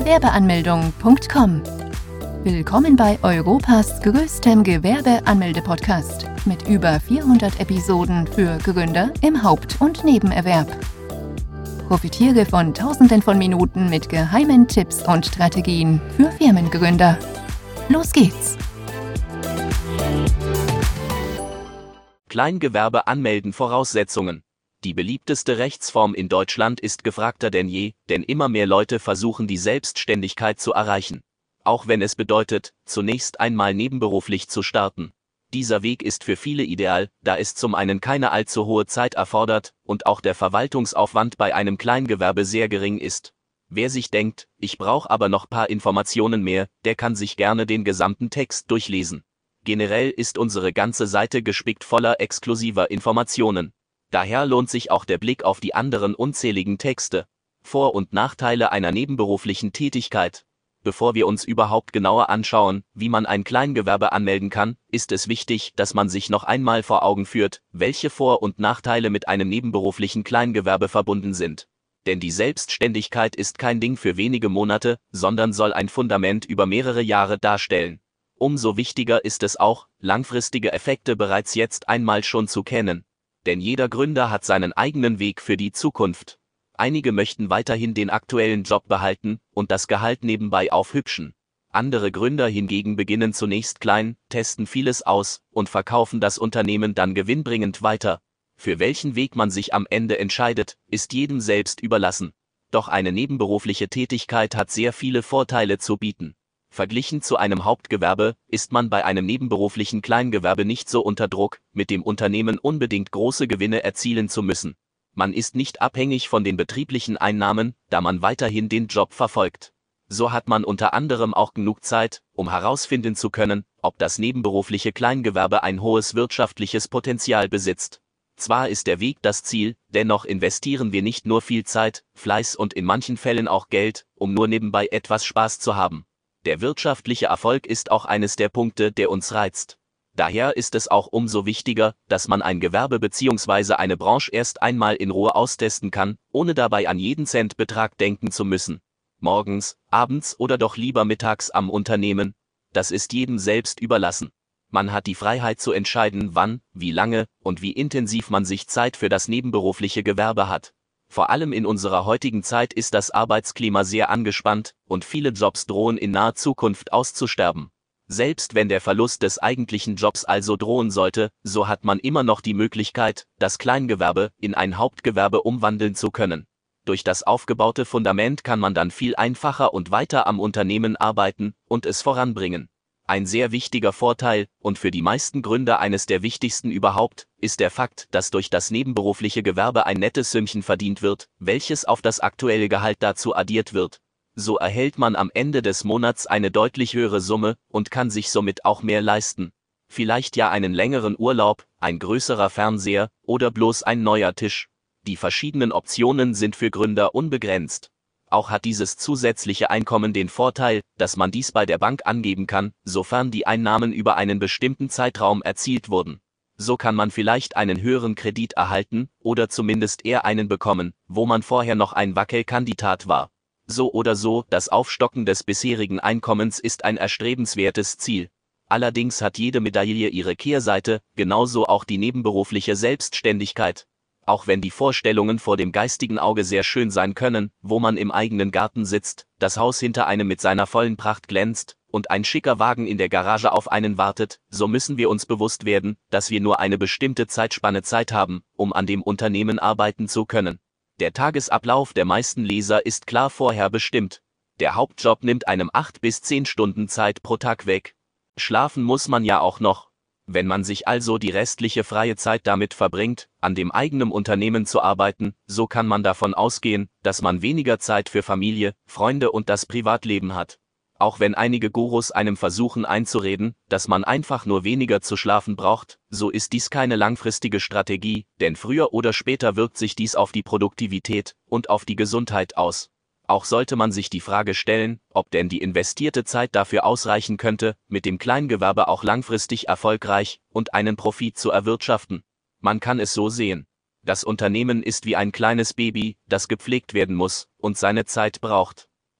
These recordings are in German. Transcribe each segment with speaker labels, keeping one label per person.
Speaker 1: Gewerbeanmeldung.com. Willkommen bei Europas größtem Gewerbeanmelde-Podcast mit über 400 Episoden für Gründer im Haupt- und Nebenerwerb. Profitiere von Tausenden von Minuten mit geheimen Tipps und Strategien für Firmengründer. Los geht's!
Speaker 2: Kleingewerbe anmelden. Voraussetzungen. Die beliebteste Rechtsform in Deutschland ist gefragter denn je, denn immer mehr Leute versuchen die Selbstständigkeit zu erreichen. Auch wenn es bedeutet, zunächst einmal nebenberuflich zu starten. Dieser Weg ist für viele ideal, da es zum einen keine allzu hohe Zeit erfordert und auch der Verwaltungsaufwand bei einem Kleingewerbe sehr gering ist. Wer sich denkt, ich brauche aber noch paar Informationen mehr, der kann sich gerne den gesamten Text durchlesen. Generell ist unsere ganze Seite gespickt voller exklusiver Informationen. Daher lohnt sich auch der Blick auf die anderen unzähligen Texte. Vor- und Nachteile einer nebenberuflichen Tätigkeit. Bevor wir uns überhaupt genauer anschauen, wie man ein Kleingewerbe anmelden kann, ist es wichtig, dass man sich noch einmal vor Augen führt, welche Vor- und Nachteile mit einem nebenberuflichen Kleingewerbe verbunden sind. Denn die Selbstständigkeit ist kein Ding für wenige Monate, sondern soll ein Fundament über mehrere Jahre darstellen. Umso wichtiger ist es auch, langfristige Effekte bereits jetzt einmal schon zu kennen. Denn jeder Gründer hat seinen eigenen Weg für die Zukunft. Einige möchten weiterhin den aktuellen Job behalten und das Gehalt nebenbei aufhübschen. Andere Gründer hingegen beginnen zunächst klein, testen vieles aus und verkaufen das Unternehmen dann gewinnbringend weiter. Für welchen Weg man sich am Ende entscheidet, ist jedem selbst überlassen. Doch eine nebenberufliche Tätigkeit hat sehr viele Vorteile zu bieten. Verglichen zu einem Hauptgewerbe ist man bei einem nebenberuflichen Kleingewerbe nicht so unter Druck, mit dem Unternehmen unbedingt große Gewinne erzielen zu müssen. Man ist nicht abhängig von den betrieblichen Einnahmen, da man weiterhin den Job verfolgt. So hat man unter anderem auch genug Zeit, um herausfinden zu können, ob das nebenberufliche Kleingewerbe ein hohes wirtschaftliches Potenzial besitzt. Zwar ist der Weg das Ziel, dennoch investieren wir nicht nur viel Zeit, Fleiß und in manchen Fällen auch Geld, um nur nebenbei etwas Spaß zu haben. Der wirtschaftliche Erfolg ist auch eines der Punkte, der uns reizt. Daher ist es auch umso wichtiger, dass man ein Gewerbe bzw. eine Branche erst einmal in Ruhe austesten kann, ohne dabei an jeden Centbetrag denken zu müssen. Morgens, abends oder doch lieber mittags am Unternehmen, das ist jedem selbst überlassen. Man hat die Freiheit zu entscheiden, wann, wie lange und wie intensiv man sich Zeit für das nebenberufliche Gewerbe hat. Vor allem in unserer heutigen Zeit ist das Arbeitsklima sehr angespannt und viele Jobs drohen in naher Zukunft auszusterben. Selbst wenn der Verlust des eigentlichen Jobs also drohen sollte, so hat man immer noch die Möglichkeit, das Kleingewerbe in ein Hauptgewerbe umwandeln zu können. Durch das aufgebaute Fundament kann man dann viel einfacher und weiter am Unternehmen arbeiten und es voranbringen. Ein sehr wichtiger Vorteil, und für die meisten Gründer eines der wichtigsten überhaupt, ist der Fakt, dass durch das nebenberufliche Gewerbe ein nettes Sümmchen verdient wird, welches auf das aktuelle Gehalt dazu addiert wird. So erhält man am Ende des Monats eine deutlich höhere Summe und kann sich somit auch mehr leisten. Vielleicht ja einen längeren Urlaub, ein größerer Fernseher oder bloß ein neuer Tisch. Die verschiedenen Optionen sind für Gründer unbegrenzt. Auch hat dieses zusätzliche Einkommen den Vorteil, dass man dies bei der Bank angeben kann, sofern die Einnahmen über einen bestimmten Zeitraum erzielt wurden. So kann man vielleicht einen höheren Kredit erhalten oder zumindest eher einen bekommen, wo man vorher noch ein Wackelkandidat war. So oder so, das Aufstocken des bisherigen Einkommens ist ein erstrebenswertes Ziel. Allerdings hat jede Medaille ihre Kehrseite, genauso auch die nebenberufliche Selbstständigkeit. Auch wenn die Vorstellungen vor dem geistigen Auge sehr schön sein können, wo man im eigenen Garten sitzt, das Haus hinter einem mit seiner vollen Pracht glänzt und ein schicker Wagen in der Garage auf einen wartet, so müssen wir uns bewusst werden, dass wir nur eine bestimmte Zeitspanne Zeit haben, um an dem Unternehmen arbeiten zu können. Der Tagesablauf der meisten Leser ist klar vorher bestimmt. Der Hauptjob nimmt einem 8 bis 10 Stunden Zeit pro Tag weg. Schlafen muss man ja auch noch. Wenn man sich also die restliche freie Zeit damit verbringt, an dem eigenen Unternehmen zu arbeiten, so kann man davon ausgehen, dass man weniger Zeit für Familie, Freunde und das Privatleben hat. Auch wenn einige Gurus einem versuchen einzureden, dass man einfach nur weniger zu schlafen braucht, so ist dies keine langfristige Strategie, denn früher oder später wirkt sich dies auf die Produktivität und auf die Gesundheit aus. Auch sollte man sich die Frage stellen, ob denn die investierte Zeit dafür ausreichen könnte, mit dem Kleingewerbe auch langfristig erfolgreich und einen Profit zu erwirtschaften. Man kann es so sehen. Das Unternehmen ist wie ein kleines Baby, das gepflegt werden muss und seine Zeit braucht.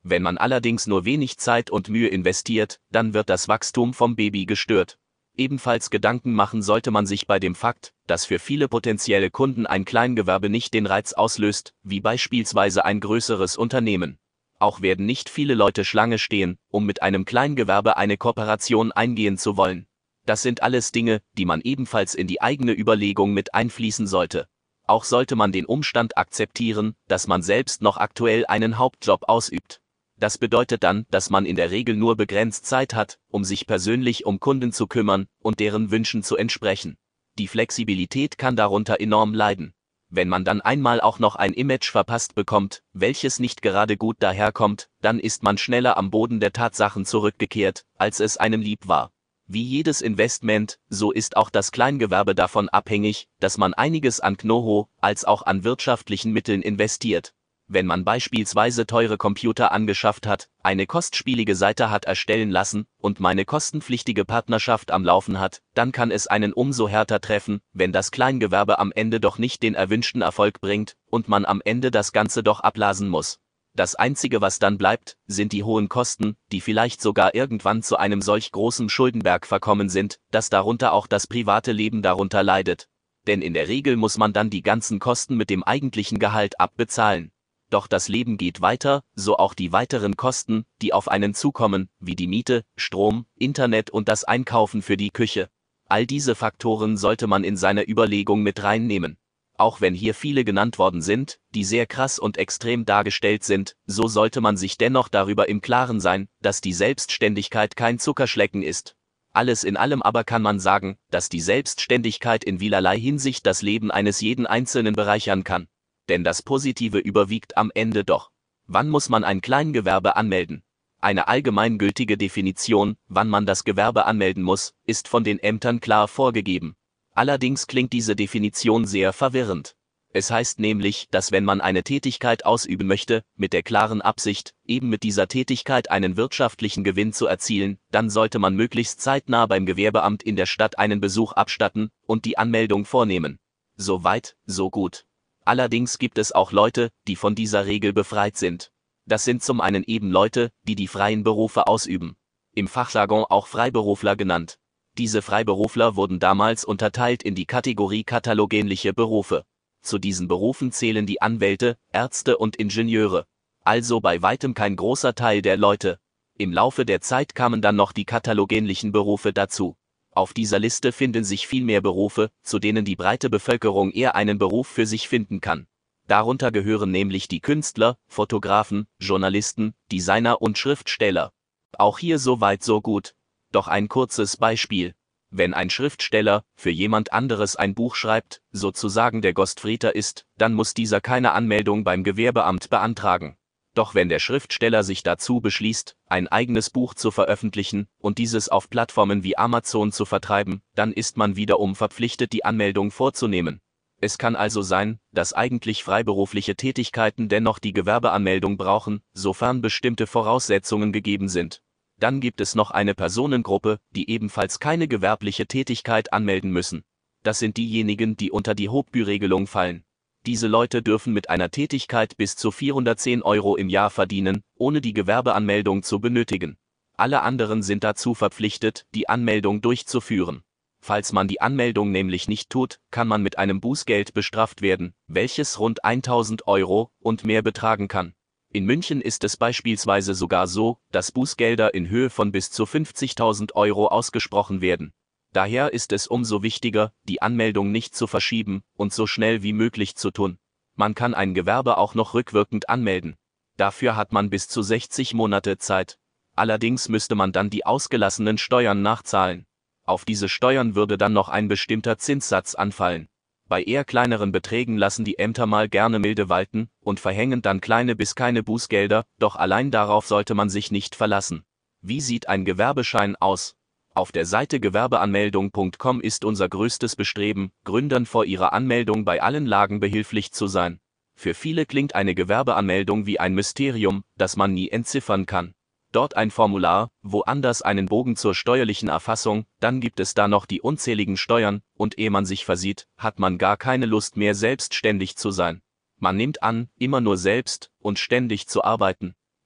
Speaker 2: Wenn man allerdings nur wenig Zeit und Mühe investiert, dann wird das Wachstum vom Baby gestört. Ebenfalls Gedanken machen sollte man sich bei dem Fakt, dass für viele potenzielle Kunden ein Kleingewerbe nicht den Reiz auslöst, wie beispielsweise ein größeres Unternehmen. Auch werden nicht viele Leute Schlange stehen, um mit einem Kleingewerbe eine Kooperation eingehen zu wollen. Das sind alles Dinge, die man ebenfalls in die eigene Überlegung mit einfließen sollte. Auch sollte man den Umstand akzeptieren, dass man selbst noch aktuell einen Hauptjob ausübt. Das bedeutet dann, dass man in der Regel nur begrenzt Zeit hat, um sich persönlich um Kunden zu kümmern und deren Wünschen zu entsprechen. Die Flexibilität kann darunter enorm leiden. Wenn man dann einmal auch noch ein Image verpasst bekommt, welches nicht gerade gut daherkommt, dann ist man schneller am Boden der Tatsachen zurückgekehrt, als es einem lieb war. Wie jedes Investment, so ist auch das Kleingewerbe davon abhängig, dass man einiges an Know-how als auch an wirtschaftlichen Mitteln investiert. Wenn man beispielsweise teure Computer angeschafft hat, eine kostspielige Seite hat erstellen lassen und meine kostenpflichtige Partnerschaft am Laufen hat, dann kann es einen umso härter treffen, wenn das Kleingewerbe am Ende doch nicht den erwünschten Erfolg bringt und man am Ende das Ganze doch abblasen muss. Das Einzige, was dann bleibt, sind die hohen Kosten, die vielleicht sogar irgendwann zu einem solch großen Schuldenberg verkommen sind, dass darunter auch das private Leben darunter leidet. Denn in der Regel muss man dann die ganzen Kosten mit dem eigentlichen Gehalt abbezahlen. Doch das Leben geht weiter, so auch die weiteren Kosten, die auf einen zukommen, wie die Miete, Strom, Internet und das Einkaufen für die Küche. All diese Faktoren sollte man in seine Überlegung mit reinnehmen. Auch wenn hier viele genannt worden sind, die sehr krass und extrem dargestellt sind, so sollte man sich dennoch darüber im Klaren sein, dass die Selbstständigkeit kein Zuckerschlecken ist. Alles in allem aber kann man sagen, dass die Selbstständigkeit in vielerlei Hinsicht das Leben eines jeden Einzelnen bereichern kann. Denn das Positive überwiegt am Ende doch. Wann muss man ein Kleingewerbe anmelden? Eine allgemeingültige Definition, wann man das Gewerbe anmelden muss, ist von den Ämtern klar vorgegeben. Allerdings klingt diese Definition sehr verwirrend. Es heißt nämlich, dass wenn man eine Tätigkeit ausüben möchte, mit der klaren Absicht, eben mit dieser Tätigkeit einen wirtschaftlichen Gewinn zu erzielen, dann sollte man möglichst zeitnah beim Gewerbeamt in der Stadt einen Besuch abstatten und die Anmeldung vornehmen. So weit, so gut. Allerdings gibt es auch Leute, die von dieser Regel befreit sind. Das sind zum einen eben Leute, die die freien Berufe ausüben. Im Fachjargon auch Freiberufler genannt. Diese Freiberufler wurden damals unterteilt in die Kategorie katalogähnliche Berufe. Zu diesen Berufen zählen die Anwälte, Ärzte und Ingenieure. Also bei weitem kein großer Teil der Leute. Im Laufe der Zeit kamen dann noch die katalogähnlichen Berufe dazu. Auf dieser Liste finden sich viel mehr Berufe, zu denen die breite Bevölkerung eher einen Beruf für sich finden kann. Darunter gehören nämlich die Künstler, Fotografen, Journalisten, Designer und Schriftsteller. Auch hier so weit so gut. Doch ein kurzes Beispiel. Wenn ein Schriftsteller für jemand anderes ein Buch schreibt, sozusagen der Ghostwriter ist, dann muss dieser keine Anmeldung beim Gewerbeamt beantragen. Doch wenn der Schriftsteller sich dazu beschließt, ein eigenes Buch zu veröffentlichen und dieses auf Plattformen wie Amazon zu vertreiben, dann ist man wiederum verpflichtet, die Anmeldung vorzunehmen. Es kann also sein, dass eigentlich freiberufliche Tätigkeiten dennoch die Gewerbeanmeldung brauchen, sofern bestimmte Voraussetzungen gegeben sind. Dann gibt es noch eine Personengruppe, die ebenfalls keine gewerbliche Tätigkeit anmelden müssen. Das sind diejenigen, die unter die Hauptbü-Regelung fallen. Diese Leute dürfen mit einer Tätigkeit bis zu 410 € im Jahr verdienen, ohne die Gewerbeanmeldung zu benötigen. Alle anderen sind dazu verpflichtet, die Anmeldung durchzuführen. Falls man die Anmeldung nämlich nicht tut, kann man mit einem Bußgeld bestraft werden, welches rund 1.000 € und mehr betragen kann. In München ist es beispielsweise sogar so, dass Bußgelder in Höhe von bis zu 50.000 € ausgesprochen werden. Daher ist es umso wichtiger, die Anmeldung nicht zu verschieben und so schnell wie möglich zu tun. Man kann ein Gewerbe auch noch rückwirkend anmelden. Dafür hat man bis zu 60 Monate Zeit. Allerdings müsste man dann die ausgelassenen Steuern nachzahlen. Auf diese Steuern würde dann noch ein bestimmter Zinssatz anfallen. Bei eher kleineren Beträgen lassen die Ämter mal gerne milde walten und verhängen dann kleine bis keine Bußgelder, doch allein darauf sollte man sich nicht verlassen. Wie sieht ein Gewerbeschein aus? Auf der Seite gewerbeanmeldung.com ist unser größtes Bestreben, Gründern vor ihrer Anmeldung bei allen Lagen behilflich zu sein. Für viele klingt eine Gewerbeanmeldung wie ein Mysterium, das man nie entziffern kann. Dort ein Formular, woanders einen Bogen zur steuerlichen Erfassung, dann gibt es da noch die unzähligen Steuern, und ehe man sich versieht, hat man gar keine Lust mehr selbstständig zu sein. Man nimmt an, immer nur selbst und ständig zu arbeiten.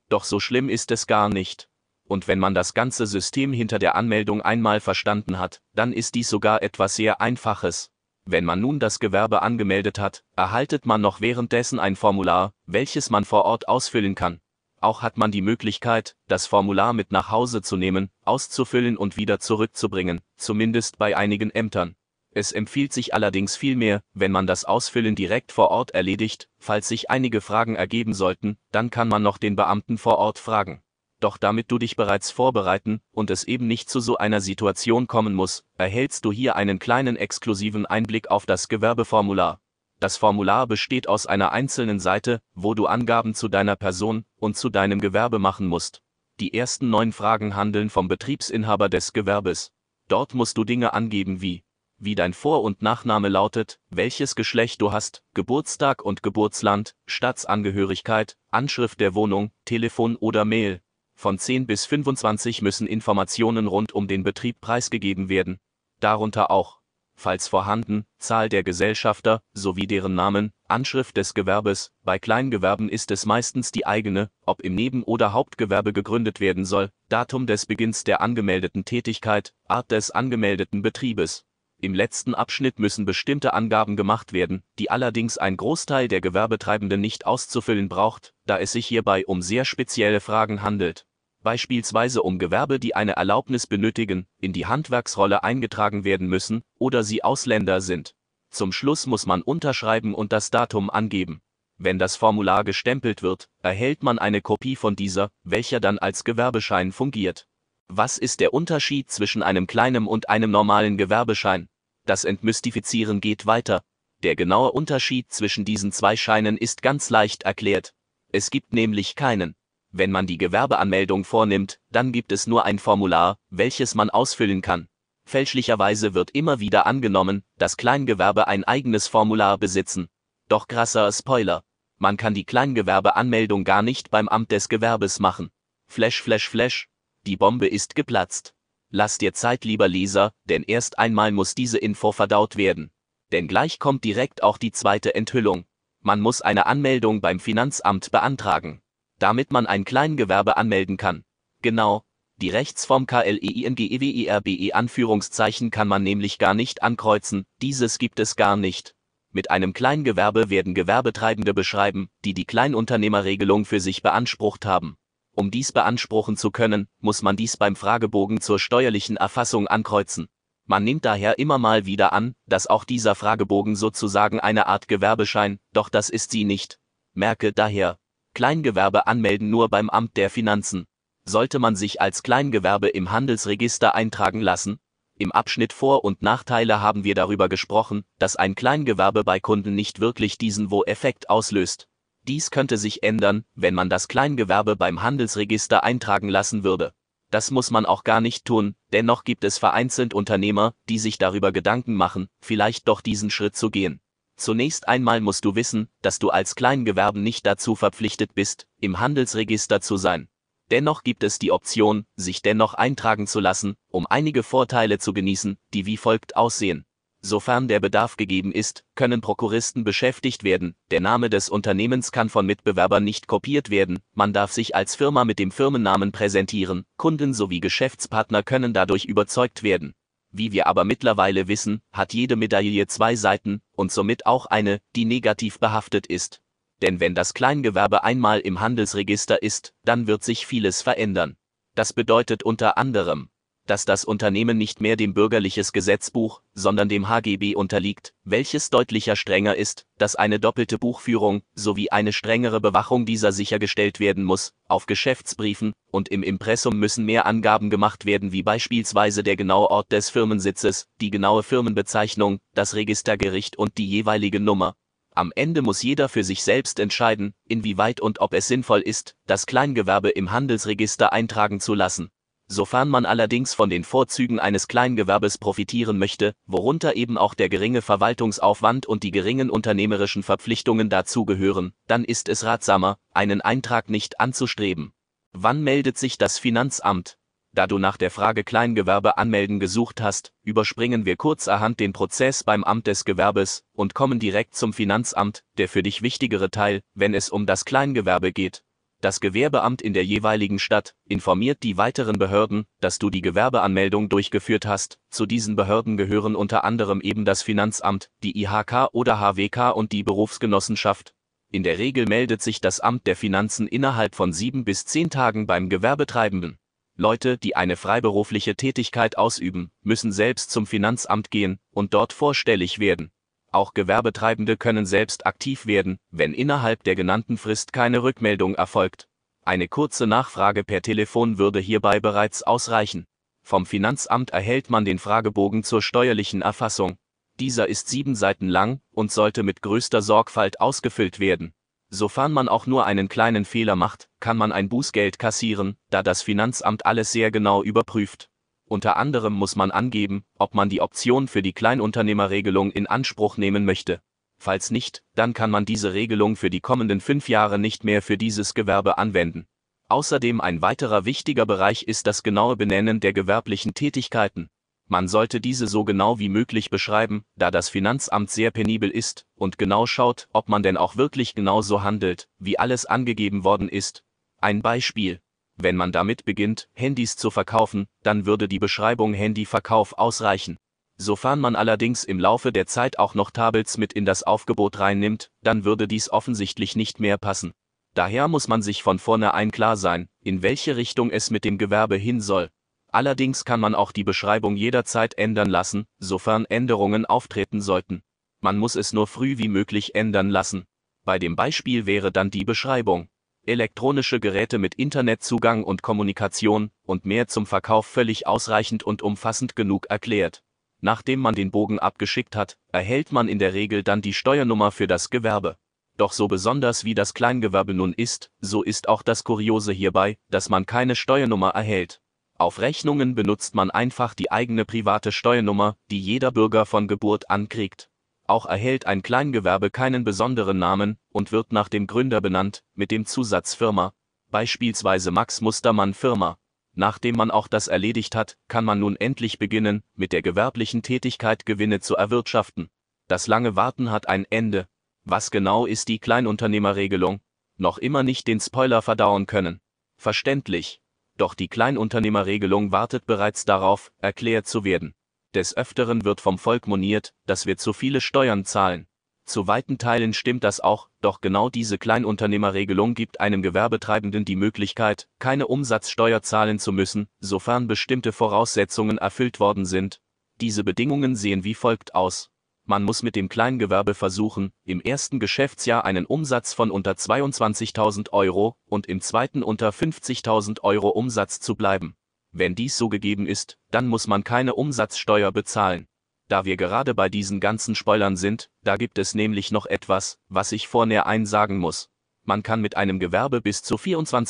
Speaker 2: Doch so schlimm ist es gar nicht. Und wenn man das ganze System hinter der Anmeldung einmal verstanden hat, dann ist dies sogar etwas sehr Einfaches. Wenn man nun das Gewerbe angemeldet hat, erhaltet man noch währenddessen ein Formular, welches man vor Ort ausfüllen kann. Auch hat man die Möglichkeit, das Formular mit nach Hause zu nehmen, auszufüllen und wieder zurückzubringen, zumindest bei einigen Ämtern. Es empfiehlt sich allerdings vielmehr, wenn man das Ausfüllen direkt vor Ort erledigt. Falls sich einige Fragen ergeben sollten, dann kann man noch den Beamten vor Ort fragen. Doch damit du dich bereits vorbereiten und es eben nicht zu so einer Situation kommen muss, erhältst du hier einen kleinen exklusiven Einblick auf das Gewerbeformular. Das Formular besteht aus einer einzelnen Seite, wo du Angaben zu deiner Person und zu deinem Gewerbe machen musst. Die ersten 9 Fragen handeln vom Betriebsinhaber des Gewerbes. Dort musst du Dinge angeben wie dein Vor- und Nachname lautet, welches Geschlecht du hast, Geburtstag und Geburtsland, Staatsangehörigkeit, Anschrift der Wohnung, Telefon oder Mail. Von 10 bis 25 müssen Informationen rund um den Betrieb preisgegeben werden. Darunter auch, falls vorhanden, Zahl der Gesellschafter sowie deren Namen, Anschrift des Gewerbes. Bei Kleingewerben ist es meistens die eigene, ob im Neben- oder Hauptgewerbe gegründet werden soll, Datum des Beginns der angemeldeten Tätigkeit, Art des angemeldeten Betriebes. Im letzten Abschnitt müssen bestimmte Angaben gemacht werden, die allerdings ein Großteil der Gewerbetreibenden nicht auszufüllen braucht, da es sich hierbei um sehr spezielle Fragen handelt. Beispielsweise um Gewerbe, die eine Erlaubnis benötigen, in die Handwerksrolle eingetragen werden müssen oder sie Ausländer sind. Zum Schluss muss man unterschreiben und das Datum angeben. Wenn das Formular gestempelt wird, erhält man eine Kopie von dieser, welcher dann als Gewerbeschein fungiert. Was ist der Unterschied zwischen einem kleinen und einem normalen Gewerbeschein? Das Entmystifizieren geht weiter. Der genaue Unterschied zwischen diesen 2 Scheinen ist ganz leicht erklärt. Es gibt nämlich keinen. Wenn man die Gewerbeanmeldung vornimmt, dann gibt es nur ein Formular, welches man ausfüllen kann. Fälschlicherweise wird immer wieder angenommen, dass Kleingewerbe ein eigenes Formular besitzen. Doch krasser Spoiler: Man kann die Kleingewerbeanmeldung gar nicht beim Amt des Gewerbes machen. Flash, flash, flash. Die Bombe ist geplatzt. Lass dir Zeit, lieber Leser, denn erst einmal muss diese Info verdaut werden. Denn gleich kommt direkt auch die zweite Enthüllung. Man muss eine Anmeldung beim Finanzamt beantragen, damit man ein Kleingewerbe anmelden kann. Genau, die Rechtsform KLEINGEWERBE Anführungszeichen kann man nämlich gar nicht ankreuzen, dieses gibt es gar nicht. Mit einem Kleingewerbe werden Gewerbetreibende beschreiben, die die Kleinunternehmerregelung für sich beansprucht haben. Um dies beanspruchen zu können, muss man dies beim Fragebogen zur steuerlichen Erfassung ankreuzen. Man nimmt daher immer mal wieder an, dass auch dieser Fragebogen sozusagen eine Art Gewerbeschein, doch das ist sie nicht. Merke daher: Kleingewerbe anmelden nur beim Amt der Finanzen. Sollte man sich als Kleingewerbe im Handelsregister eintragen lassen? Im Abschnitt Vor- und Nachteile haben wir darüber gesprochen, dass ein Kleingewerbe bei Kunden nicht wirklich diesen Wo-Effekt auslöst. Dies könnte sich ändern, wenn man das Kleingewerbe beim Handelsregister eintragen lassen würde. Das muss man auch gar nicht tun, dennoch gibt es vereinzelt Unternehmer, die sich darüber Gedanken machen, vielleicht doch diesen Schritt zu gehen. Zunächst einmal musst du wissen, dass du als Kleingewerbe nicht dazu verpflichtet bist, im Handelsregister zu sein. Dennoch gibt es die Option, sich dennoch eintragen zu lassen, um einige Vorteile zu genießen, die wie folgt aussehen. Sofern der Bedarf gegeben ist, können Prokuristen beschäftigt werden, der Name des Unternehmens kann von Mitbewerbern nicht kopiert werden, man darf sich als Firma mit dem Firmennamen präsentieren, Kunden sowie Geschäftspartner können dadurch überzeugt werden. Wie wir aber mittlerweile wissen, hat jede Medaille 2 Seiten und somit auch eine, die negativ behaftet ist. Denn wenn das Kleingewerbe einmal im Handelsregister ist, dann wird sich vieles verändern. Das bedeutet unter anderem, dass das Unternehmen nicht mehr dem Bürgerliches Gesetzbuch, sondern dem HGB unterliegt, welches deutlicher strenger ist, dass eine doppelte Buchführung sowie eine strengere Bewachung dieser sichergestellt werden muss. Auf Geschäftsbriefen und im Impressum müssen mehr Angaben gemacht werden, wie beispielsweise der genaue Ort des Firmensitzes, die genaue Firmenbezeichnung, das Registergericht und die jeweilige Nummer. Am Ende muss jeder für sich selbst entscheiden, inwieweit und ob es sinnvoll ist, das Kleingewerbe im Handelsregister eintragen zu lassen. Sofern man allerdings von den Vorzügen eines Kleingewerbes profitieren möchte, worunter eben auch der geringe Verwaltungsaufwand und die geringen unternehmerischen Verpflichtungen dazugehören, dann ist es ratsamer, einen Eintrag nicht anzustreben. Wann meldet sich das Finanzamt? Da du nach der Frage Kleingewerbe anmelden gesucht hast, überspringen wir kurzerhand den Prozess beim Amt des Gewerbes und kommen direkt zum Finanzamt, der für dich wichtigere Teil, wenn es um das Kleingewerbe geht. Das Gewerbeamt in der jeweiligen Stadt informiert die weiteren Behörden, dass du die Gewerbeanmeldung durchgeführt hast. Zu diesen Behörden gehören unter anderem eben das Finanzamt, die IHK oder HWK und die Berufsgenossenschaft. In der Regel meldet sich das Amt der Finanzen innerhalb von 7 bis 10 Tagen beim Gewerbetreibenden. Leute, die eine freiberufliche Tätigkeit ausüben, müssen selbst zum Finanzamt gehen und dort vorstellig werden. Auch Gewerbetreibende können selbst aktiv werden, wenn innerhalb der genannten Frist keine Rückmeldung erfolgt. Eine kurze Nachfrage per Telefon würde hierbei bereits ausreichen. Vom Finanzamt erhält man den Fragebogen zur steuerlichen Erfassung. Dieser ist 7 Seiten lang und sollte mit größter Sorgfalt ausgefüllt werden. Sofern man auch nur einen kleinen Fehler macht, kann man ein Bußgeld kassieren, da das Finanzamt alles sehr genau überprüft. Unter anderem muss man angeben, ob man die Option für die Kleinunternehmerregelung in Anspruch nehmen möchte. Falls nicht, dann kann man diese Regelung für die kommenden 5 Jahre nicht mehr für dieses Gewerbe anwenden. Außerdem ein weiterer wichtiger Bereich ist das genaue Benennen der gewerblichen Tätigkeiten. Man sollte diese so genau wie möglich beschreiben, da das Finanzamt sehr penibel ist und genau schaut, ob man denn auch wirklich genau so handelt, wie alles angegeben worden ist. Ein Beispiel: Wenn man damit beginnt, Handys zu verkaufen, dann würde die Beschreibung Handyverkauf ausreichen. Sofern man allerdings im Laufe der Zeit auch noch Tablets mit in das Aufgebot reinnimmt, dann würde dies offensichtlich nicht mehr passen. Daher muss man sich von vornherein klar sein, in welche Richtung es mit dem Gewerbe hin soll. Allerdings kann man auch die Beschreibung jederzeit ändern lassen, sofern Änderungen auftreten sollten. Man muss es nur früh wie möglich ändern lassen. Bei dem Beispiel wäre dann die Beschreibung: elektronische Geräte mit Internetzugang und Kommunikation und mehr zum Verkauf völlig ausreichend und umfassend genug erklärt. Nachdem man den Bogen abgeschickt hat, erhält man in der Regel dann die Steuernummer für das Gewerbe. Doch so besonders wie das Kleingewerbe nun ist, so ist auch das Kuriose hierbei, dass man keine Steuernummer erhält. Auf Rechnungen benutzt man einfach die eigene private Steuernummer, die jeder Bürger von Geburt an kriegt. Auch erhält ein Kleingewerbe keinen besonderen Namen und wird nach dem Gründer benannt, mit dem Zusatz Firma, beispielsweise Max Mustermann Firma. Nachdem man auch das erledigt hat, kann man nun endlich beginnen, mit der gewerblichen Tätigkeit Gewinne zu erwirtschaften. Das lange Warten hat ein Ende. Was genau ist die Kleinunternehmerregelung? Noch immer nicht den Spoiler verdauen können. Verständlich. Doch die Kleinunternehmerregelung wartet bereits darauf, erklärt zu werden. Des Öfteren wird vom Volk moniert, dass wir zu viele Steuern zahlen. Zu weiten Teilen stimmt das auch, doch genau diese Kleinunternehmerregelung gibt einem Gewerbetreibenden die Möglichkeit, keine Umsatzsteuer zahlen zu müssen, sofern bestimmte Voraussetzungen erfüllt worden sind. Diese Bedingungen sehen wie folgt aus: Man muss mit dem Kleingewerbe versuchen, im ersten Geschäftsjahr einen Umsatz von unter 22.000 Euro und im zweiten unter 50.000 Euro Umsatz zu bleiben. Wenn dies so gegeben ist, dann muss man keine Umsatzsteuer bezahlen. Da wir gerade bei diesen ganzen Spoilern sind, da gibt es nämlich noch etwas, was ich vornäher einsagen muss. Man kann mit einem Gewerbe bis zu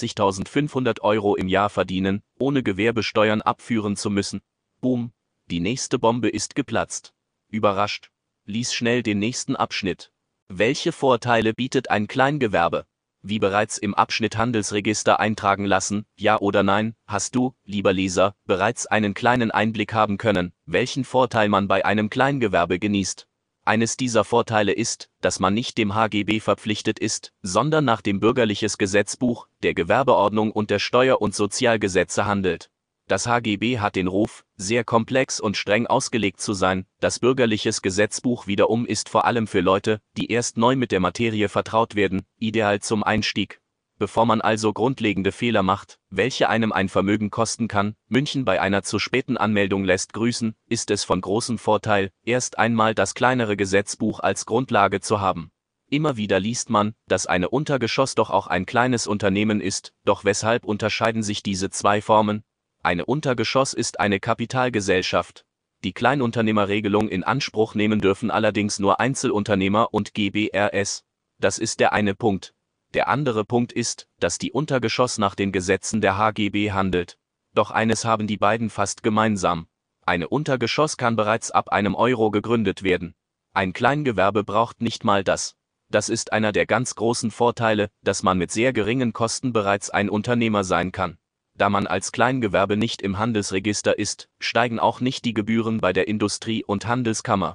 Speaker 2: 24.500 Euro im Jahr verdienen, ohne Gewerbesteuern abführen zu müssen. Boom, die nächste Bombe ist geplatzt. Überrascht? Lies schnell den nächsten Abschnitt. Welche Vorteile bietet ein Kleingewerbe? Wie bereits im Abschnitt Handelsregister eintragen lassen, ja oder nein, hast du, lieber Leser, bereits einen kleinen Einblick haben können, welchen Vorteil man bei einem Kleingewerbe genießt. Eines dieser Vorteile ist, dass man nicht dem HGB verpflichtet ist, sondern nach dem Bürgerliches Gesetzbuch, der Gewerbeordnung und der Steuer- und Sozialgesetze handelt. Das HGB hat den Ruf, sehr komplex und streng ausgelegt zu sein. Das Bürgerliches Gesetzbuch wiederum ist vor allem für Leute, die erst neu mit der Materie vertraut werden, ideal zum Einstieg. Bevor man also grundlegende Fehler macht, welche einem ein Vermögen kosten kann, München bei einer zu späten Anmeldung lässt grüßen, ist es von großem Vorteil, erst einmal das kleinere Gesetzbuch als Grundlage zu haben. Immer wieder liest man, dass eine Untergeschoss doch auch ein kleines Unternehmen ist, doch weshalb unterscheiden sich diese zwei Formen? Eine Untergeschoss ist eine Kapitalgesellschaft. Die Kleinunternehmerregelung in Anspruch nehmen dürfen allerdings nur Einzelunternehmer und GbRs. Das ist der eine Punkt. Der andere Punkt ist, dass die Untergeschoss nach den Gesetzen der HGB handelt. Doch eines haben die beiden fast gemeinsam: Eine Untergeschoss kann bereits ab einem Euro gegründet werden. Ein Kleingewerbe braucht nicht mal das. Das ist einer der ganz großen Vorteile, dass man mit sehr geringen Kosten bereits ein Unternehmer sein kann. Da man als Kleingewerbe nicht im Handelsregister ist, steigen auch nicht die Gebühren bei der Industrie- und Handelskammer.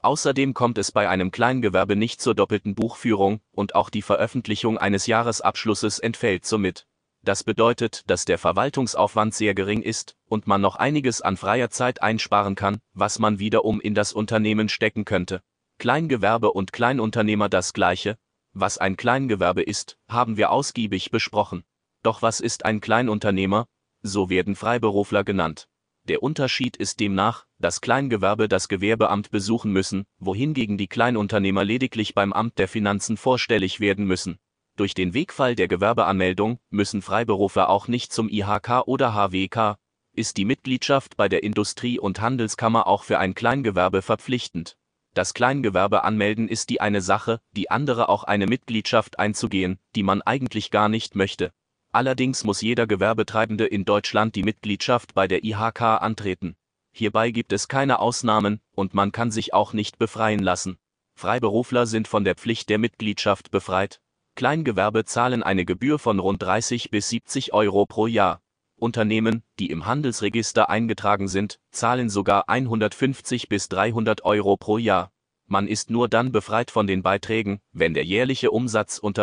Speaker 2: Außerdem kommt es bei einem Kleingewerbe nicht zur doppelten Buchführung und auch die Veröffentlichung eines Jahresabschlusses entfällt somit. Das bedeutet, dass der Verwaltungsaufwand sehr gering ist und man noch einiges an freier Zeit einsparen kann, was man wiederum in das Unternehmen stecken könnte. Kleingewerbe und Kleinunternehmer das Gleiche. Was ein Kleingewerbe ist, haben wir ausgiebig besprochen. Doch was ist ein Kleinunternehmer? So werden Freiberufler genannt. Der Unterschied ist demnach, dass Kleingewerbe das Gewerbeamt besuchen müssen, wohingegen die Kleinunternehmer lediglich beim Amt der Finanzen vorstellig werden müssen. Durch den Wegfall der Gewerbeanmeldung müssen Freiberufler auch nicht zum IHK oder HWK. Ist die Mitgliedschaft bei der Industrie- und Handelskammer auch für ein Kleingewerbe verpflichtend. Das Kleingewerbe anmelden ist die eine Sache, die andere auch eine Mitgliedschaft einzugehen, die man eigentlich gar nicht möchte. Allerdings muss jeder Gewerbetreibende in Deutschland die Mitgliedschaft bei der IHK antreten. Hierbei gibt es keine Ausnahmen und man kann sich auch nicht befreien lassen. Freiberufler sind von der Pflicht der Mitgliedschaft befreit. Kleingewerbe zahlen eine Gebühr von rund 30 bis 70 Euro pro Jahr. Unternehmen, die im Handelsregister eingetragen sind, zahlen sogar 150 bis 300 Euro pro Jahr. Man ist nur dann befreit von den Beiträgen, wenn der jährliche Umsatz unter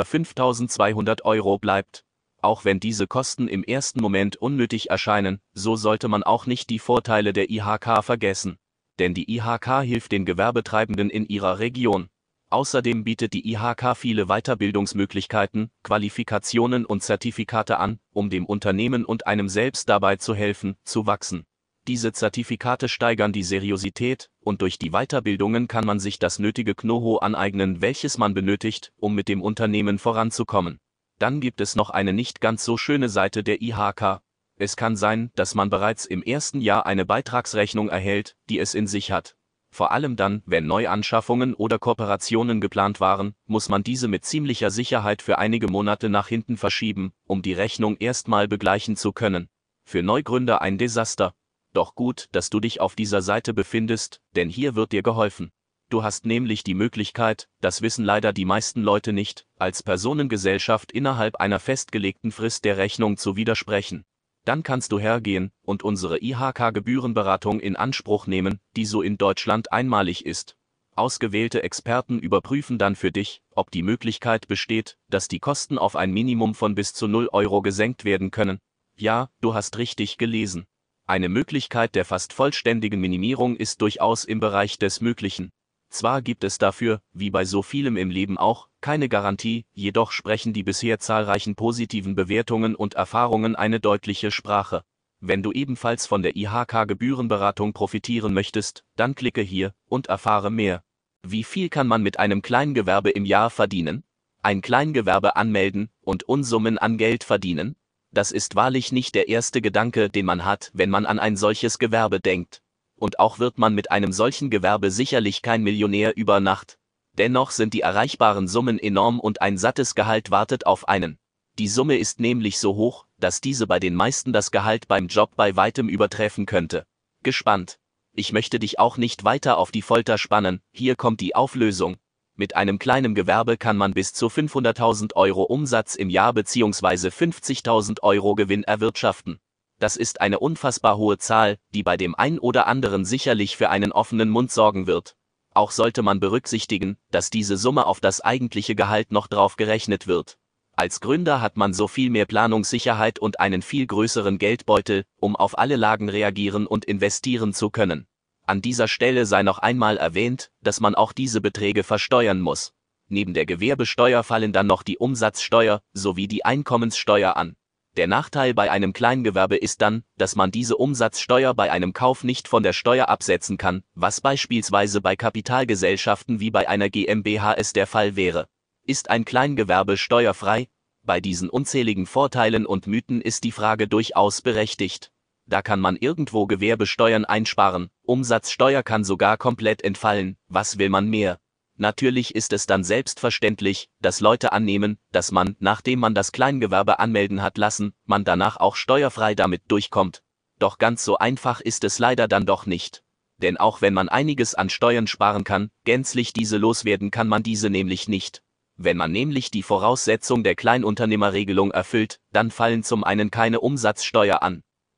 Speaker 2: 5.200 Euro bleibt. Auch wenn diese Kosten im ersten Moment unnötig erscheinen, so sollte man auch nicht die Vorteile der IHK vergessen. Denn die IHK hilft den Gewerbetreibenden in ihrer Region. Außerdem bietet die IHK viele Weiterbildungsmöglichkeiten, Qualifikationen und Zertifikate an, um dem Unternehmen und einem selbst dabei zu helfen, zu wachsen. Diese Zertifikate steigern die Seriosität, und durch die Weiterbildungen kann man sich das nötige Know-how aneignen, welches man benötigt, um mit dem Unternehmen voranzukommen. Dann gibt es noch eine nicht ganz so schöne Seite der IHK. Es kann sein, dass man bereits im ersten Jahr eine Beitragsrechnung erhält, die es in sich hat. Vor allem dann, wenn Neuanschaffungen oder Kooperationen geplant waren, muss man diese mit ziemlicher Sicherheit für einige Monate nach hinten verschieben, um die Rechnung erstmal begleichen zu können. Für Neugründer ein Desaster. Doch gut, dass du dich auf dieser Seite befindest, denn hier wird dir geholfen. Du hast nämlich die Möglichkeit, das wissen leider die meisten Leute nicht, als Personengesellschaft innerhalb einer festgelegten Frist der Rechnung zu widersprechen. Dann kannst du hergehen und unsere IHK-Gebührenberatung in Anspruch nehmen, die so in Deutschland einmalig ist. Ausgewählte Experten überprüfen dann für dich, ob die Möglichkeit besteht, dass die Kosten auf ein Minimum von bis zu 0 Euro gesenkt werden können. Ja, du hast richtig gelesen. Eine Möglichkeit der fast vollständigen Minimierung ist durchaus im Bereich des Möglichen. Zwar gibt es dafür, wie bei so vielem im Leben auch, keine Garantie, jedoch sprechen die bisher zahlreichen positiven Bewertungen und Erfahrungen eine deutliche Sprache. Wenn du ebenfalls von der IHK-Gebührenberatung profitieren möchtest, dann klicke hier und erfahre mehr. Wie viel kann man mit einem Kleingewerbe im Jahr verdienen? Ein Kleingewerbe anmelden und Unsummen an Geld verdienen? Das ist wahrlich nicht der erste Gedanke, den man hat, wenn man an ein solches Gewerbe denkt. Und auch wird man mit einem solchen Gewerbe sicherlich kein Millionär über Nacht. Dennoch sind die erreichbaren Summen enorm und ein sattes Gehalt wartet auf einen. Die Summe ist nämlich so hoch, dass diese bei den meisten das Gehalt beim Job bei weitem übertreffen könnte. Gespannt. Ich möchte dich auch nicht weiter auf die Folter spannen, hier kommt die Auflösung. Mit einem kleinen Gewerbe kann man bis zu 500.000 Euro Umsatz im Jahr bzw. 50.000 Euro Gewinn erwirtschaften. Das ist eine unfassbar hohe Zahl, die bei dem ein oder anderen sicherlich für einen offenen Mund sorgen wird. Auch sollte man berücksichtigen, dass diese Summe auf das eigentliche Gehalt noch drauf gerechnet wird. Als Gründer hat man so viel mehr Planungssicherheit und einen viel größeren Geldbeutel, um auf alle Lagen reagieren und investieren zu können. An dieser Stelle sei noch einmal erwähnt, dass man auch diese Beträge versteuern muss. Neben der Gewerbesteuer fallen dann noch die Umsatzsteuer sowie die Einkommenssteuer an. Der Nachteil bei einem Kleingewerbe ist dann, dass man diese Umsatzsteuer bei einem Kauf nicht von der Steuer absetzen kann, was beispielsweise bei Kapitalgesellschaften wie bei einer GmbH es der Fall wäre. Ist ein Kleingewerbe steuerfrei? Bei diesen unzähligen Vorteilen und Mythen ist die Frage durchaus berechtigt. Da kann man irgendwo Gewerbesteuern einsparen, Umsatzsteuer kann sogar komplett entfallen, was will man mehr? Natürlich ist es dann selbstverständlich, dass Leute annehmen, dass man, nachdem man das Kleingewerbe anmelden hat lassen, man danach auch steuerfrei damit durchkommt. Doch ganz so einfach ist es leider dann doch nicht. Denn auch wenn man einiges an Steuern sparen kann, gänzlich diese loswerden kann man diese nämlich nicht. Wenn man nämlich die Voraussetzung der Kleinunternehmerregelung erfüllt, dann fallen zum einen keine Umsatzsteuer an.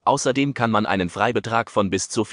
Speaker 2: Außerdem kann man einen Freibetrag von bis zu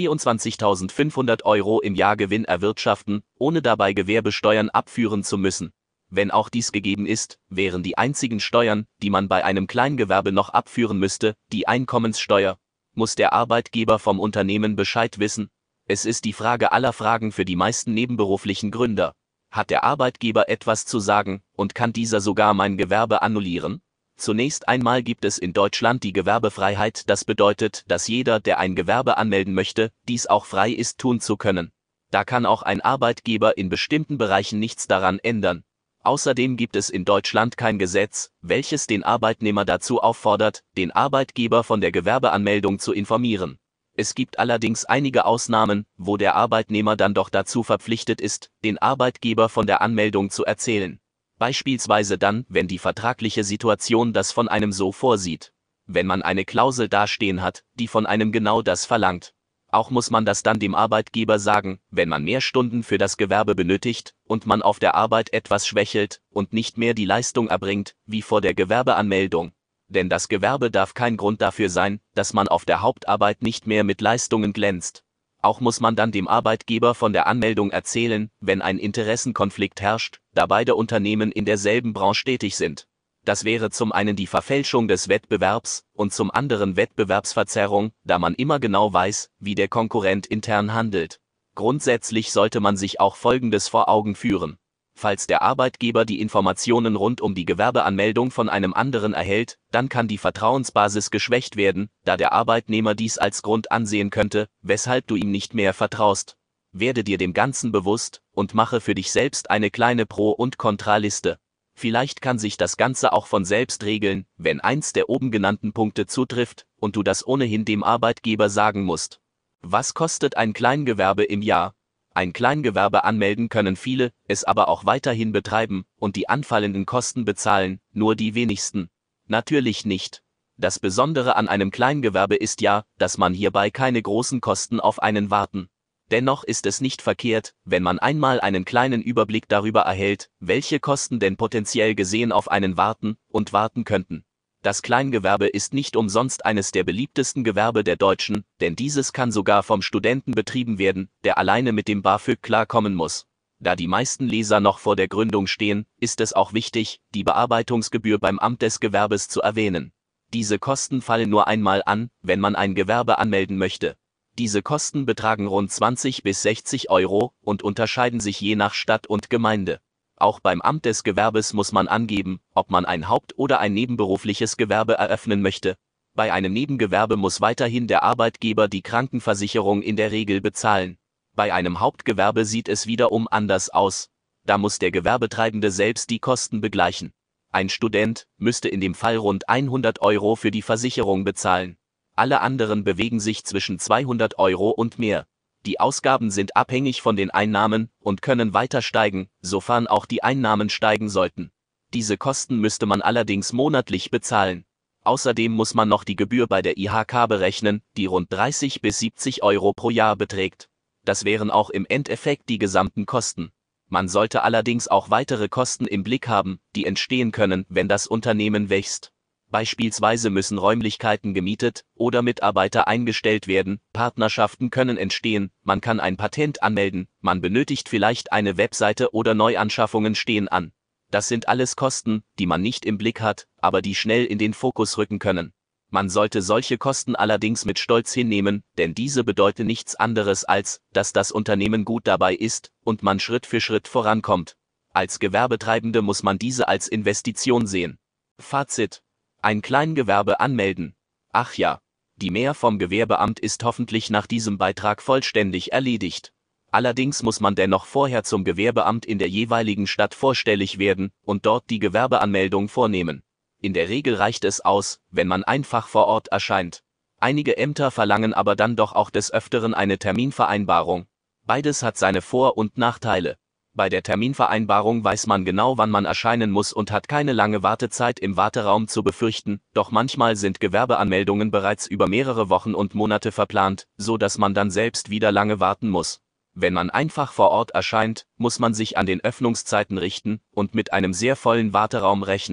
Speaker 2: 24.500 € im Jahr Gewinn erwirtschaften, ohne dabei Gewerbesteuern abführen zu müssen. Wenn auch dies gegeben ist, wären die einzigen Steuern, die man bei einem Kleingewerbe noch abführen müsste, die Einkommenssteuer. Muss der Arbeitgeber vom Unternehmen Bescheid wissen? Es ist die Frage aller Fragen für die meisten nebenberuflichen Gründer. Hat der Arbeitgeber etwas zu sagen und kann dieser sogar mein Gewerbe annullieren? Zunächst einmal gibt es in Deutschland die Gewerbefreiheit, das bedeutet, dass jeder, der ein Gewerbe anmelden möchte, dies auch frei ist tun zu können. Da kann auch ein Arbeitgeber in bestimmten Bereichen nichts daran ändern. Außerdem gibt es in Deutschland kein Gesetz, welches den Arbeitnehmer dazu auffordert, den Arbeitgeber von der Gewerbeanmeldung zu informieren. Es gibt allerdings einige Ausnahmen, wo der Arbeitnehmer dann doch dazu verpflichtet ist, den Arbeitgeber von der Anmeldung zu erzählen. Beispielsweise dann, wenn die vertragliche Situation das von einem so vorsieht. Wenn man eine Klausel dastehen hat, die von einem genau das verlangt. Auch muss man das dann dem Arbeitgeber sagen, wenn man mehr Stunden für das Gewerbe benötigt und man auf der Arbeit etwas schwächelt und nicht mehr die Leistung erbringt, wie vor der Gewerbeanmeldung. Denn das Gewerbe darf kein Grund dafür sein, dass man auf der Hauptarbeit nicht mehr mit Leistungen glänzt. Auch muss man dann dem Arbeitgeber von der Anmeldung erzählen, wenn ein Interessenkonflikt herrscht, da beide Unternehmen in derselben Branche tätig sind. Das wäre zum einen die Verfälschung des Wettbewerbs und zum anderen Wettbewerbsverzerrung, da man immer genau weiß, wie der Konkurrent intern handelt. Grundsätzlich sollte man sich auch Folgendes vor Augen führen. Falls der Arbeitgeber die Informationen rund um die Gewerbeanmeldung von einem anderen erhält, dann kann die Vertrauensbasis geschwächt werden, da der Arbeitnehmer dies als Grund ansehen könnte, weshalb du ihm nicht mehr vertraust. Werde dir dem Ganzen bewusst und mache für dich selbst eine kleine Pro- und Kontraliste. Vielleicht kann sich das Ganze auch von selbst regeln, wenn eins der oben genannten Punkte zutrifft und du das ohnehin dem Arbeitgeber sagen musst. Was kostet ein Kleingewerbe im Jahr? Ein Kleingewerbe anmelden können viele, es aber auch weiterhin betreiben und die anfallenden Kosten bezahlen, nur die wenigsten. Natürlich nicht. Das Besondere an einem Kleingewerbe ist ja, dass man hierbei keine großen Kosten auf einen warten. Dennoch ist es nicht verkehrt, wenn man einmal einen kleinen Überblick darüber erhält, welche Kosten denn potenziell gesehen auf einen warten könnten. Das Kleingewerbe ist nicht umsonst eines der beliebtesten Gewerbe der Deutschen, denn dieses kann sogar vom Studenten betrieben werden, der alleine mit dem BAföG klarkommen muss. Da die meisten Leser noch vor der Gründung stehen, ist es auch wichtig, die Bearbeitungsgebühr beim Amt des Gewerbes zu erwähnen. Diese Kosten fallen nur einmal an, wenn man ein Gewerbe anmelden möchte. Diese Kosten betragen rund 20 bis 60 € und unterscheiden sich je nach Stadt und Gemeinde. Auch beim Amt des Gewerbes muss man angeben, ob man ein Haupt- oder ein nebenberufliches Gewerbe eröffnen möchte. Bei einem Nebengewerbe muss weiterhin der Arbeitgeber die Krankenversicherung in der Regel bezahlen. Bei einem Hauptgewerbe sieht es wiederum anders aus. Da muss der Gewerbetreibende selbst die Kosten begleichen. Ein Student müsste in dem Fall rund 100 € für die Versicherung bezahlen. Alle anderen bewegen sich zwischen 200 € und mehr. Die Ausgaben sind abhängig von den Einnahmen und können weiter steigen, sofern auch die Einnahmen steigen sollten. Diese Kosten müsste man allerdings monatlich bezahlen. Außerdem muss man noch die Gebühr bei der IHK berechnen, die rund 30 bis 70 € pro Jahr beträgt. Das wären auch im Endeffekt die gesamten Kosten. Man sollte allerdings auch weitere Kosten im Blick haben, die entstehen können, wenn das Unternehmen wächst. Beispielsweise müssen Räumlichkeiten gemietet oder Mitarbeiter eingestellt werden, Partnerschaften können entstehen, man kann ein Patent anmelden, man benötigt vielleicht eine Webseite oder Neuanschaffungen stehen an. Das sind alles Kosten, die man nicht im Blick hat, aber die schnell in den Fokus rücken können. Man sollte solche Kosten allerdings mit Stolz hinnehmen, denn diese bedeuten nichts anderes als, dass das Unternehmen gut dabei ist und man Schritt für Schritt vorankommt. Als Gewerbetreibende muss man diese als Investition sehen. Fazit: Ein Kleingewerbe anmelden. Ach ja, die Mehr vom Gewerbeamt ist hoffentlich nach diesem Beitrag vollständig erledigt. Allerdings muss man dennoch vorher zum Gewerbeamt in der jeweiligen Stadt vorstellig werden und dort die Gewerbeanmeldung vornehmen. In der Regel reicht es aus, wenn man einfach vor Ort erscheint. Einige Ämter verlangen aber dann doch auch des Öfteren eine Terminvereinbarung. Beides hat seine Vor- und Nachteile. Bei der Terminvereinbarung weiß man genau, wann man erscheinen muss und hat keine lange Wartezeit im Warteraum zu befürchten, doch manchmal sind Gewerbeanmeldungen bereits über mehrere Wochen und Monate verplant, so dass man dann selbst wieder lange warten muss. Wenn man einfach vor Ort erscheint, muss man sich an den Öffnungszeiten richten und mit einem sehr vollen Warteraum rechnen.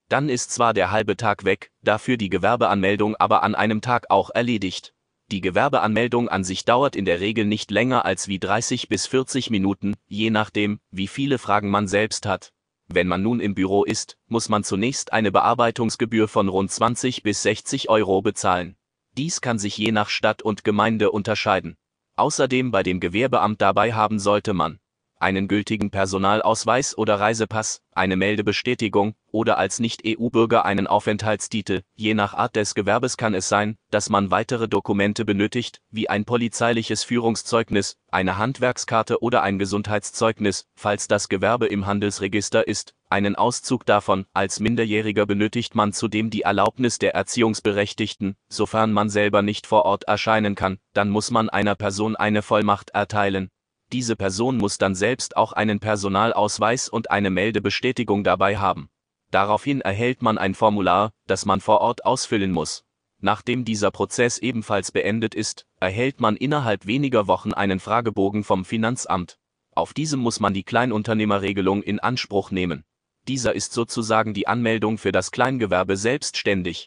Speaker 2: Dann ist zwar der halbe Tag weg, dafür die Gewerbeanmeldung aber an einem Tag auch erledigt. Die Gewerbeanmeldung an sich dauert in der Regel nicht länger als wie 30 bis 40 Minuten, je nachdem, wie viele Fragen man selbst hat. Wenn man nun im Büro ist, muss man zunächst eine Bearbeitungsgebühr von rund 20 bis 60 Euro bezahlen. Dies kann sich je nach Stadt und Gemeinde unterscheiden. Außerdem bei dem Gewerbeamt dabei haben sollte man einen gültigen Personalausweis oder Reisepass, eine Meldebestätigung oder als Nicht-EU-Bürger einen Aufenthaltstitel. Je nach Art des Gewerbes kann es sein, dass man weitere Dokumente benötigt, wie ein polizeiliches Führungszeugnis, eine Handwerkskarte oder ein Gesundheitszeugnis, falls das Gewerbe im Handelsregister ist, einen Auszug davon. Als Minderjähriger benötigt man zudem die Erlaubnis der Erziehungsberechtigten. Sofern man selber nicht vor Ort erscheinen kann, dann muss man einer Person eine Vollmacht erteilen. Diese Person muss dann selbst auch einen Personalausweis und eine Meldebestätigung dabei haben. Daraufhin erhält man ein Formular, das man vor Ort ausfüllen muss. Nachdem dieser Prozess ebenfalls beendet ist, erhält man innerhalb weniger Wochen einen Fragebogen vom Finanzamt. Auf diesem muss man die Kleinunternehmerregelung in Anspruch nehmen. Dieser ist sozusagen die Anmeldung für das Kleingewerbe selbstständig.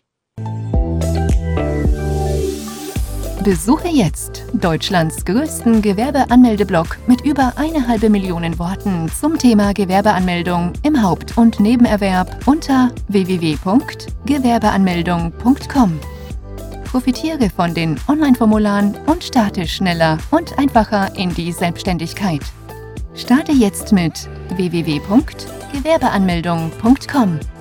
Speaker 1: Besuche jetzt Deutschlands größten Gewerbeanmeldeblock mit über 1,5 Millionen Worten zum Thema Gewerbeanmeldung im Haupt- und Nebenerwerb unter www.gewerbeanmeldung.com. Profitiere von den Online-Formularen und starte schneller und einfacher in die Selbstständigkeit. Starte jetzt mit www.gewerbeanmeldung.com.